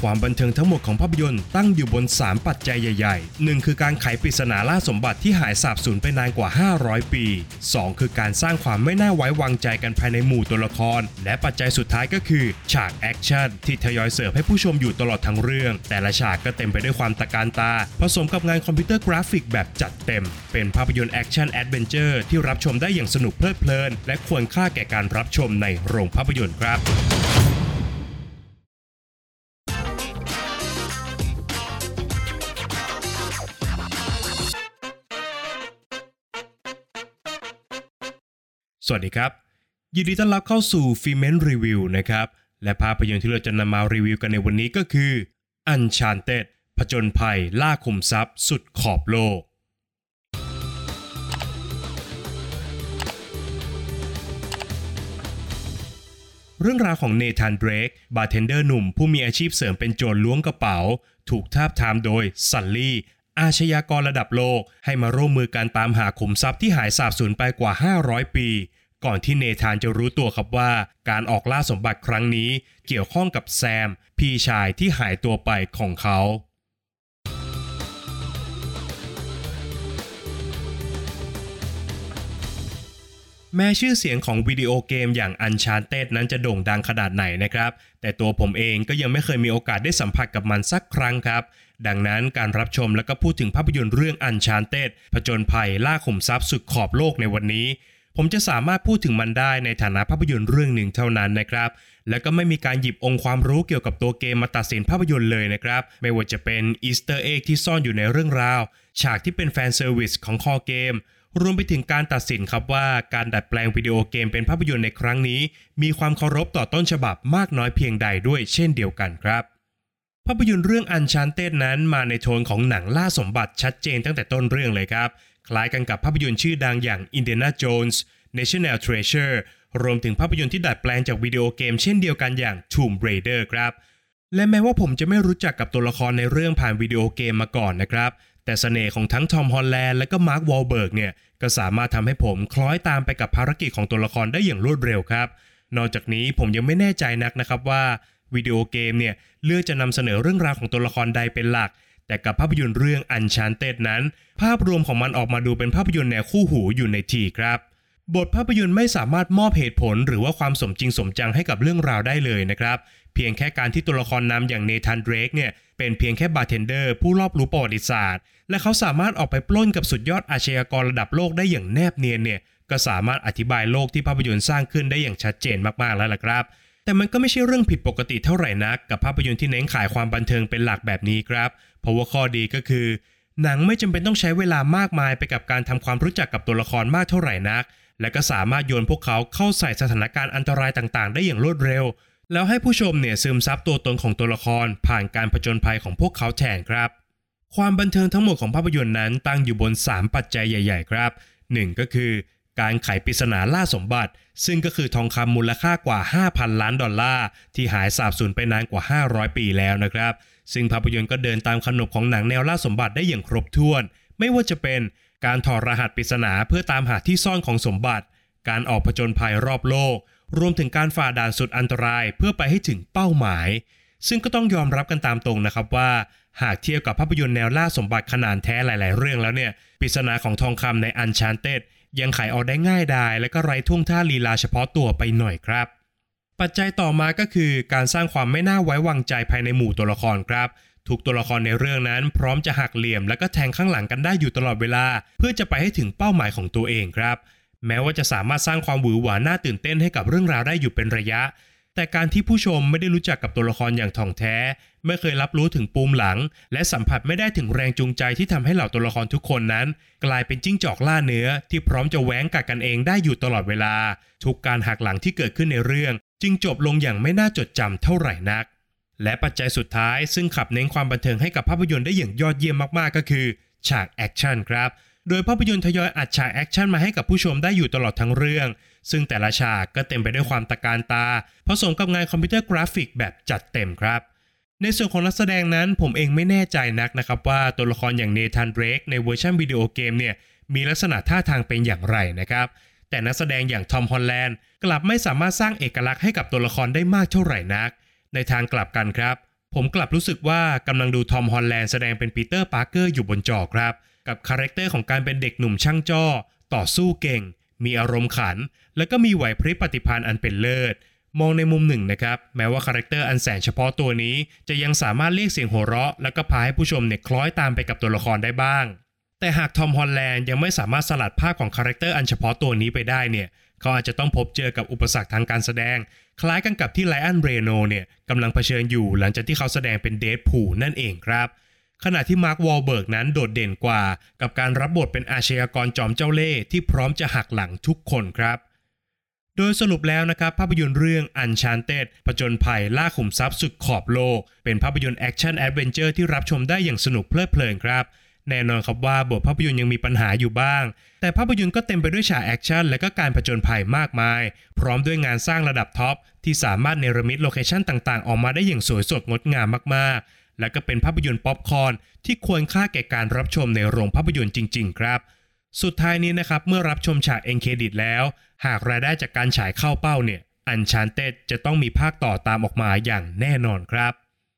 ความบันเทิงทั้งหมดของภาพยนตร์ตั้งอยู่บน3ปัจจัยใหญ่ๆ1คือการไขปริศนาล่าสมบัติที่หายสาบสูญไปนานกว่า500ปี2คือการสร้างความไม่น่าไว้วางใจกันภายในหมู่ตัวละครและปัจจัยสุดท้ายก็คือฉากแอคชั่นที่ทยอยเสิร์ฟให้ผู้ชมอยู่ตลอดทั้งเรื่องแต่ละฉากก็เต็มไปด้วยความตะการตาผสมกับงานคอมพิวเตอร์กราฟิกแบบจัดเต็มเป็นภาพยนตร์แอคชั่นแอดเวนเจอร์ที่รับชมได้อย่างสนุกเพลิดเพลินและควรค่าแก่การรับชมในโรงภาพยนตร์ครับสวัสดีครับยินดีต้อนรับเข้าสู่ฟิเมนรีวิวนะครับและภาพยนตร์ที่เราจะนำมารีวิวกันในวันนี้ก็คือ Uncharted ผจญภัยล่าขุมทรัพย์สุดขอบโลกเรื่องราวของเนธานเดรกบาร์เทนเดอร์หนุ่มผู้มีอาชีพเสริมเป็นโจรล้วงกระเป๋าถูกทาบทามโดยซัลลี่อาชญากรระดับโลกให้มาร่วมมือกันตามหาขุมทรัพย์ที่หายสาบสูญไปกว่า500ปีก่อนที่เนธานจะรู้ตัวครับว่าการออกล่าสมบัติครั้งนี้เกี่ยวข้องกับแซมพี่ชายที่หายตัวไปของเขาแม้ชื่อเสียงของวิดีโอเกมอย่าง Uncharted นั้นจะโด่งดังขนาดไหนนะครับแต่ตัวผมเองก็ยังไม่เคยมีโอกาสได้สัมผัสกับมันสักครั้งครับดังนั้นการรับชมและก็พูดถึงภาพยนตร์เรื่อง Uncharted ผจญภัยล่าขุมทรัพย์สุดขอบโลกในวันนี้ผมจะสามารถพูดถึงมันได้ในฐานะภาพยนตร์เรื่องหนึ่งเท่านั้นนะครับและก็ไม่มีการหยิบองค์ความรู้เกี่ยวกับตัวเกมมาตัดสินภาพยนตร์เลยนะครับไม่ว่าจะเป็นอีสเตอร์เอ็กที่ซ่อนอยู่ในเรื่องราวฉากที่เป็นแฟนเซอร์วิสของคอเกมรวมไปถึงการตัดสินครับว่าการดัดแปลงวิดีโอเกมเป็นภาพยนตร์ในครั้งนี้มีความเคารพต่อต้นฉบับมากน้อยเพียงใดด้วยเช่นเดียวกันครับภาพยนตร์เรื่อง Uncharted นั้นมาในโทนของหนังล่าสมบัติชัดเจนตั้งแต่ต้นเรื่องเลยครับคล้ายกันกับภาพยนตร์ชื่อดังอย่าง Indiana Jones National Treasure รวมถึงภาพยนตร์ที่ดัดแปลงจากวิดีโอเกมเช่นเดียวกันอย่าง Tomb Raider ครับและแม้ว่าผมจะไม่รู้จักกับตัวละครในเรื่องผ่านวิดีโอเกมมาก่อนนะครับแต่เสน่ห์ของทั้งทอมฮอลแลนด์และก็มาร์ควอลเบิร์กเนี่ยก็สามารถทำให้ผมคล้อยตามไปกับภารกิจของตัวละครได้อย่างรวดเร็วครับนอกจากนี้ผมยังไม่แน่ใจนักนะครับว่าวิดีโอเกมเนี่ยเลือกจะนำเสนอเรื่องราวของตัวละครใดเป็นหลักแต่กับภาพยนตร์เรื่อง Uncharted นั้นภาพรวมของมันออกมาดูเป็นภาพยนตร์แนวคู่หูอยู่ในทีครับบทภาพยนตร์ไม่สามารถมอบเหตุผลหรือว่าความสมจริงสมจังให้กับเรื่องราวได้เลยนะครับเพียงแค่การที่ตัวละครนำอย่างเนธานเดรกเนี่ยเป็นเพียงแค่บาร์เทนเดอร์ผู้รอบรู้ประวัติศาสตร์และเขาสามารถออกไปปล้นกับสุดยอดอาชญากรระดับโลกได้อย่างแนบเนียนเนี่ยก็สามารถอธิบายโลกที่ภาพยนตร์สร้างขึ้นได้อย่างชัดเจนมากๆแล้วล่ะครับแต่มันก็ไม่ใช่เรื่องผิดปกติเท่าไหร่นักกับภาพยนตร์ที่เน้นขายความบันเทิงเป็นหลักแบบนี้ครับเพราะว่าข้อดีก็คือหนังไม่จำเป็นต้องใช้เวลามากมายไปกับการทำความรู้จักกับตัวละครมากเท่าไหร่นักและก็สามารถโยนพวกเขาเข้าใส่สถานการณ์อันตรายต่างๆได้อย่างรวดเร็วแล้วให้ผู้ชมเนี่ยซึมซับตัวตนของตัวละครผ่านการผจญภัยของพวกเขาแทนครับความบันเทิงทั้งหมดของภาพยนตร์นั้นตั้งอยู่บน3ปัจจัยใหญ่ๆครับ1ก็คือการไขปริศนาล่าสมบัติซึ่งก็คือทองคำมูลค่ากว่า 5,000 ล้านดอลลาร์ที่หายสาบสูญไปนานกว่า500ปีแล้วนะครับซึ่งภาพยนตร์ก็เดินตามขนบของหนังแนวล่าสมบัติได้อย่างครบถ้วนไม่ว่าจะเป็นการถอดรหัสปริศนาเพื่อตามหาที่ซ่อนของสมบัติการออกผจญภัยรอบโลกรวมถึงการฝ่าด่านสุดอันตรายเพื่อไปให้ถึงเป้าหมายซึ่งก็ต้องยอมรับกันตามตรงนะครับว่าหากเทียบกับภาพยนตร์แนวล่าสมบัติขนาดแท้หลายๆเรื่องแล้วเนี่ยปริศนาของทองคำใน Uncharted ยังไขออกได้ง่ายดายและก็ไร้ท่วงท่าลีลาเฉพาะตัวไปหน่อยครับปัจจัยต่อมาก็คือการสร้างความไม่น่าไว้วางใจภายในหมู่ตัวละครครับทุกตัวละครในเรื่องนั้นพร้อมจะหักเหลี่ยมและก็แทงข้างหลังกันได้อยู่ตลอดเวลาเพื่อจะไปให้ถึงเป้าหมายของตัวเองครับแม้ว่าจะสามารถสร้างความหวือหวาน่าตื่นเต้นให้กับเรื่องราวได้อยู่เป็นระยะแต่การที่ผู้ชมไม่ได้รู้จักกับตัวละครอย่างถ่องแท้ไม่เคยรับรู้ถึงปูมหลังและสัมผัสไม่ได้ถึงแรงจูงใจที่ทำให้เหล่าตัวละครทุกคนนั้นกลายเป็นจิ้งจอกล่าเนื้อที่พร้อมจะแหวงกัดกันเองได้อยู่ตลอดเวลาทุกการหักหลังที่เกิดขึ้นในเรื่องจึงจบลงอย่างไม่น่าจดจำเท่าไหร่นักและปัจจัยสุดท้ายซึ่งขับเน้นความบันเทิงให้กับภาพยนตร์ได้อย่างยอดเยี่ยมมากๆก็คือฉากแอคชั่นครับโดยภาพยนตร์ทยอยอัดฉากแอคชั่นมาให้กับผู้ชมได้อยู่ตลอดทั้งเรื่องซึ่งแต่ละฉากก็เต็มไปด้วยความตะการตาผสมกับงานคอมพิวเตอร์กราฟิกแบบจัดเต็มครับในส่วนของนักแสดงนั้นผมเองไม่แน่ใจนักนะครับว่าตัวละครอย่างเนธานเดรกในเวอร์ชันวิดีโอเกมเนี่ยมีลักษณะท่าทางเป็นอย่างไรนะครับแต่นักแสดงอย่างทอมฮอลแลนด์กลับไม่สามารถสร้างเอกลักษณ์ให้กับตัวละครได้มากเท่าไหร่นักในทางกลับกันครับผมกลับรู้สึกว่ากำลังดูทอมฮอลแลนด์แสดงเป็นปีเตอร์ปาร์เกอร์อยู่บนจอครับกับคาแรคเตอร์ของการเป็นเด็กหนุ่มช่างจ้อต่อสู้เก่งมีอารมณ์ขันและก็มีไหวพริบปฏิภาณอันเป็นเลิศมองในมุมหนึ่งนะครับแม้ว่าคาแรคเตอร์อันแสนเฉพาะตัวนี้จะยังสามารถเรียกเสียงหัวเราะแล้วก็พาให้ผู้ชมเนี่ยคล้อยตามไปกับตัวละครได้บ้างแต่หากทอมฮอลแลนด์ยังไม่สามารถสลัดภาพของคาแรคเตอร์อันเฉพาะตัวนี้ไปได้เนี่ยเขาอาจจะต้องพบเจอกับอุปสรรคทางการแสดงคล้ายกันกับที่ไลออนเรโนเนี่ยกำลังเผชิญอยู่หลังจากที่เขาแสดงเป็นเดดพูลนั่นเองครับขณะที่มาร์ควอลเบิร์กนั้นโดดเด่นกว่ากับการรับบทเป็นอาชญากรจอมเจ้าเล่ห์ที่พร้อมจะหักหลังทุกคนครับโดยสรุปแล้วนะครับภาพยนตร์เรื่อง Uncharted ผจญภัยล่าขุมทรัพย์สุดขอบโลกเป็นภาพยนตร์แอคชั่นแอดเวนเจอร์ที่รับชมได้อย่างสนุกเพลิดเพลินครับแน่นอนครับว่าบทภาพยนตร์ยังมีปัญหาอยู่บ้างแต่ภาพยนตร์ก็เต็มไปด้วยฉากแอคชั่นและก็การผจญภัยมากมายพร้อมด้วยงานสร้างระดับท็อปที่สามารถเนรมิตโลเคชั่นต่างๆออกมาได้อย่างสวยสดงดงามมากๆและก็เป็นภาพยนตร์ป๊อปคอร์นที่ควรค่าแก่การรับชมในโรงภาพยนตร์จริงๆครับสุดท้ายนี้นะครับเมื่อรับชมฉากเอ็นเครดิตแล้วหากรายได้จากการฉายเข้าเป้าเนี่ย Uncharted จะต้องมีภาคต่อตามออกมาอย่างแน่นอนครับ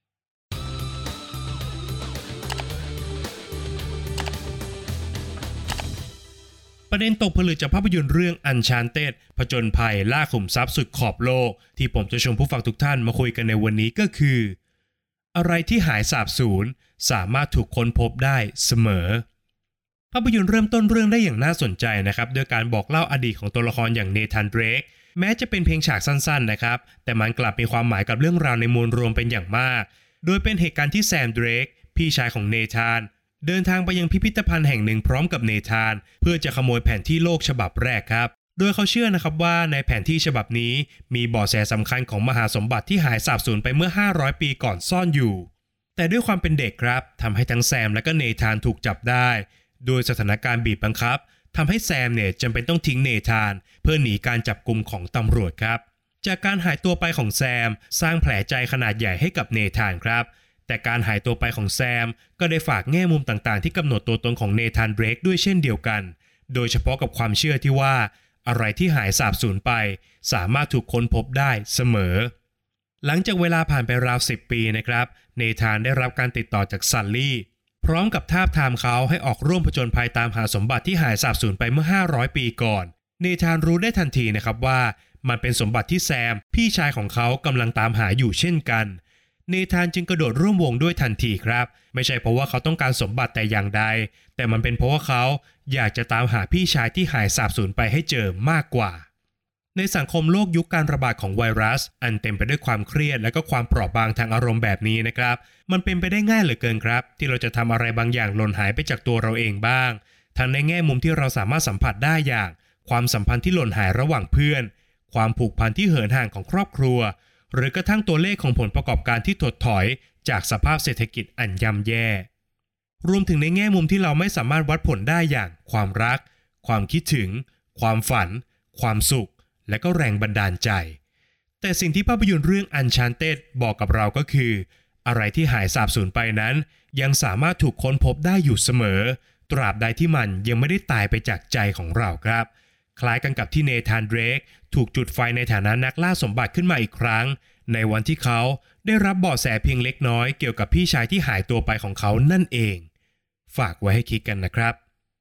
ประเด็นตกผลึกจากภาพยนตร์เรื่อง Uncharted ผจญภัยล่าขุมทรัพย์สุดขอบโลกที่ผมจะชวนผู้ฟังทุกท่านมาคุยกันในวันนี้ก็คืออะไรที่หายสาบสูญสามารถถูกค้นพบได้เสมอภาพยนตร์เริ่มต้นเรื่องได้อย่างน่าสนใจนะครับโดยการบอกเล่าอดีตของตัวละครอย่างเนธาน เดรกแม้จะเป็นเพียงฉากสั้นๆนะครับแต่มันกลับมีความหมายกับเรื่องราวในมวลรวมเป็นอย่างมากโดยเป็นเหตุการณ์ที่แซม เดรกพี่ชายของเนธานเดินทางไปยังพิพิธภัณฑ์แห่งหนึ่งพร้อมกับเนธานเพื่อจะขโมยแผนที่โลกฉบับแรกครับโดยเขาเชื่อนะครับว่าในแผนที่ฉบับนี้มีเบาะแสสำคัญของมหาสมบัติที่หายสาบสูญไปเมื่อ500ปีก่อนซ่อนอยู่แต่ด้วยความเป็นเด็กครับทำให้ทั้งแซมและก็เนธานถูกจับได้โดยสถานการณ์บีบบังคับทำให้แซมเนี่ยจำเป็นต้องทิ้งเนธานเพื่อหนีการจับกุมของตำรวจครับจากการหายตัวไปของแซมสร้างแผลใจขนาดใหญ่ให้กับเนธานครับแต่การหายตัวไปของแซมก็ได้ฝากแง่มุมต่างๆที่กำหนดตัวตนของเนธาน เดรกด้วยเช่นเดียวกันโดยเฉพาะกับความเชื่อที่ว่าอะไรที่หายสาบสูญไปสามารถถูกค้นพบได้เสมอหลังจากเวลาผ่านไปราว10 ปีนะครับเนธานได้รับการติดต่อจากซัลลี่พร้อมกับทาบทามเขาให้ออกร่วมผจญภัยตามหาสมบัติที่หายสาบสูญไปเมื่อ500 ปีก่อนเนธานรู้ได้ทันทีนะครับว่ามันเป็นสมบัติที่แซมพี่ชายของเขากำลังตามหาอยู่เช่นกันเนธานจึงกระโดดร่วมวงด้วยทันทีครับไม่ใช่เพราะว่าเขาต้องการสมบัติแต่อย่างใดแต่มันเป็นเพราะว่าเขาอยากจะตามหาพี่ชายที่หายสาบสูญไปให้เจอมากกว่าในสังคมโลกยุคการระบาดของไวรัสอันเต็มไปด้วยความเครียดและก็ความเปราะบางทางอารมณ์แบบนี้นะครับมันเป็นไปได้ง่ายเหลือเกินครับที่เราจะทำอะไรบางอย่างหล่นหายไปจากตัวเราเองบ้างทั้งในแง่มุมที่เราสามารถสัมผัสได้อย่างความสัมพันธ์ที่หล่นหายระหว่างเพื่อนความผูกพันที่เหินห่างของครอบครัวหรือกระทั่งตัวเลขของผลประกอบการที่ถดถอยจากสภาพเศรษฐกิจอันย่ำแย่รวมถึงในแง่มุมที่เราไม่สามารถวัดผลได้อย่างความรักความคิดถึงความฝันความสุขและก็แรงบันดาลใจแต่สิ่งที่ภาพยนตร์เรื่อง Uncharted บอกกับเราก็คืออะไรที่หายสาบสูญไปนั้นยังสามารถถูกค้นพบได้อยู่เสมอตราบใดที่มันยังไม่ได้ตายไปจากใจของเราครับคล้ายกันกับที่เนธาน เดรกถูกจุดไฟในฐานะนักล่าสมบัติขึ้นมาอีกครั้งในวันที่เขาได้รับเบาะแสเพียงเล็กน้อยเกี่ยวกับพี่ชายที่หายตัวไปของเขานั่นเองฝากไว้ให้คิดกันนะครับ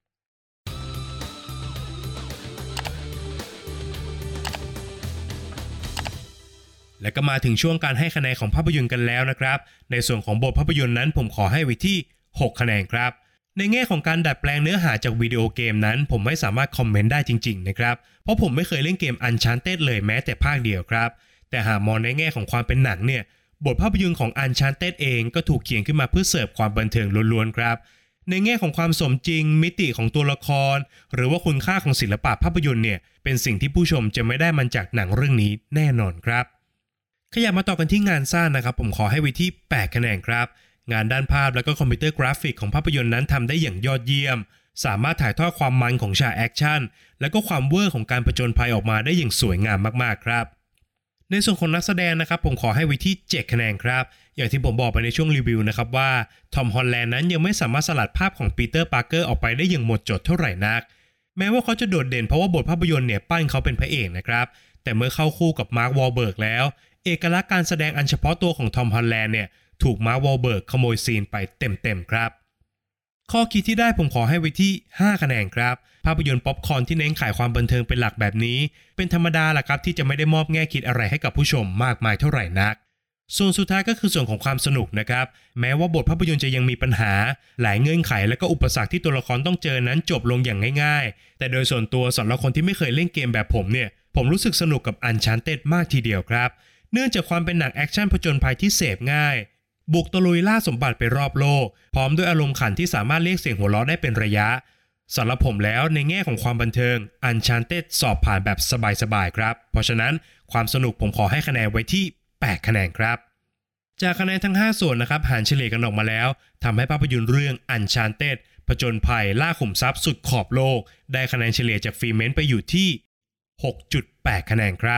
และก็มาถึงช่วงการให้คะแนนของภาพยนตร์กันแล้วนะครับในส่วนของบทภาพยนตร์นั้นผมขอให้ไว้ที่6 คะแนนครับในแง่ของการดัดแปลงเนื้อหาจากวิดีโอเกมนั้นผมไม่สามารถคอมเมนต์ได้จริงๆนะครับเพราะผมไม่เคยเล่นเกม Uncharted เลยแม้แต่ภาคเดียวครับแต่หากมองในแง่ของความเป็นหนังเนี่ยบทภาพยนตร์ของ Uncharted เองก็ถูกเขียนขึ้นมาเพื่อเสิร์ฟความบันเทิงล้วนๆครับในแง่ของความสมจริงมิติของตัวละครหรือว่าคุณค่าของศิลปะภาพยนตร์เนี่ยเป็นสิ่งที่ผู้ชมจะไม่ได้มันจากหนังเรื่องนี้แน่นอนครับขยับมาต่อกันที่งานสร้างนะครับผมขอให้ไว้ที่8 คะแนนครับงานด้านภาพและก็คอมพิวเตอร์กราฟิกของภาพยนตร์นั้นทำได้อย่างยอดเยี่ยมสามารถถ่ายทอดความมันของฉากแอคชั่นและก็ความเวอร์ของการผจญภัยออกมาได้อย่างสวยงามมากๆครับในส่วนของนักแสดงนะครับผมขอให้ไว้ที่7 คะแนนครับอย่างที่ผมบอกไปในช่วงรีวิวนะครับว่าทอมฮอลแลนด์นั้นยังไม่สามารถสลัดภาพของปีเตอร์ปาร์เกอร์ออกไปได้อย่างหมดจดเท่าไหร่นักแม้ว่าเขาจะโดดเด่นเพราะว่าบทภาพยนตร์เนี่ยปั้นเขาเป็นพระเอกนะครับแต่เมื่อเข้าคู่กับมาร์ควอลเบิร์กแล้วเอกลักษณ์การแสดงอันเฉพาะตัวของทอมฮอลแลนด์เนี่ยถูกมาร์ควอลเบิร์กขโมยซีนไปเต็มๆครับข้อคิดที่ได้ผมขอให้ไว้ที่5คะแนนครับภาพยนตร์ป๊อปคอร์นที่เน้นขายความบันเทิงเป็นหลักแบบนี้เป็นธรรมดาแหละครับที่จะไม่ได้มอบแง่คิดอะไรให้กับผู้ชมมากมายเท่าไหร่นักส่วนสุดท้ายก็คือส่วนของความสนุกนะครับแม้ว่าบทภาพยนตร์จะยังมีปัญหาหลายเงื่อนไขและก็อุปสรรคที่ตัวละครต้องเจอนั้นจบลงอย่างง่ายๆแต่โดยส่วนตัวสำหรับคนที่ไม่เคยเล่นเกมแบบผมเนี่ยผมรู้สึกสนุกกับ Uncharted มากทีเดียวครับเนื่องจากความเป็นหนังแอคชั่นผจญภัยที่เสพง่ายบุกตะลุยล่าสมบัติไปรอบโลกพร้อมด้วยอารมณ์ขันที่สามารถเรียกเสียงหัวเราะได้เป็นระยะสำหรับผมแล้วในแง่ของความบันเทิง Uncharted สอบผ่านแบบสบายๆครับเพราะฉะนั้นความสนุกผมขอให้คะแนนไว้ที่8คะแนนครับจากคะแนนทั้ง5ส่วนนะครับหารเฉลี่ยกันออกมาแล้วทำให้ภาพยนตร์เรื่อง Uncharted ผจญภัยล่าขุมทรัพย์สุดขอบโลกได้คะแนนเฉลี่ยจากฟีเมนต์ไปอยู่ที่ 6.8 คะแนนครับ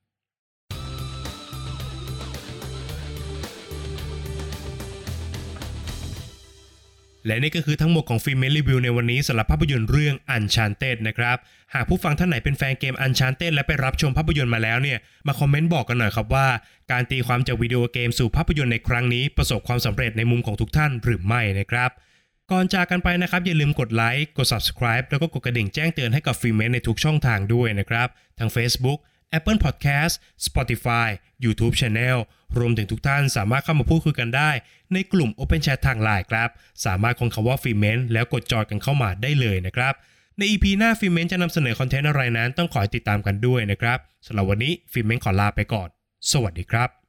และนี่ก็คือทั้งหมดของฟิล์มเมนรีวิวในวันนี้สำหรับภาพยนตร์เรื่อง Uncharted นะครับหากผู้ฟังท่านไหนเป็นแฟนเกม Uncharted และไปรับชมภาพยนตร์มาแล้วเนี่ยมาคอมเมนต์บอกกันหน่อยครับว่าการตีความจากวิดีโอเกมสู่ภาพยนตร์ในครั้งนี้ประสบความสำเร็จในมุมของทุกท่านหรือไม่นะครับก่อนจากกันไปนะครับอย่าลืมกดไลค์กด Subscribe แล้วก็กดกระดิ่งแจ้งเตือนให้กับฟิล์มเมนในทุกช่องทางด้วยนะครับทั้ง Facebook Apple Podcast Spotify YouTube Channel รวมถึงทุกท่านสามารถเข้ามาพูดคุยกันได้ในกลุ่ม Open Chat ทาง LINE ครับสามารถค้นคำว่า Filment แล้วกดจอยกันเข้ามาได้เลยนะครับใน EP หน้า Filment จะนำเสนอคอนเทนต์อะไรนั้นต้องขอติดตามกันด้วยนะครับสำหรับวันนี้ Filment ขอลาไปก่อนสวัสดีครับ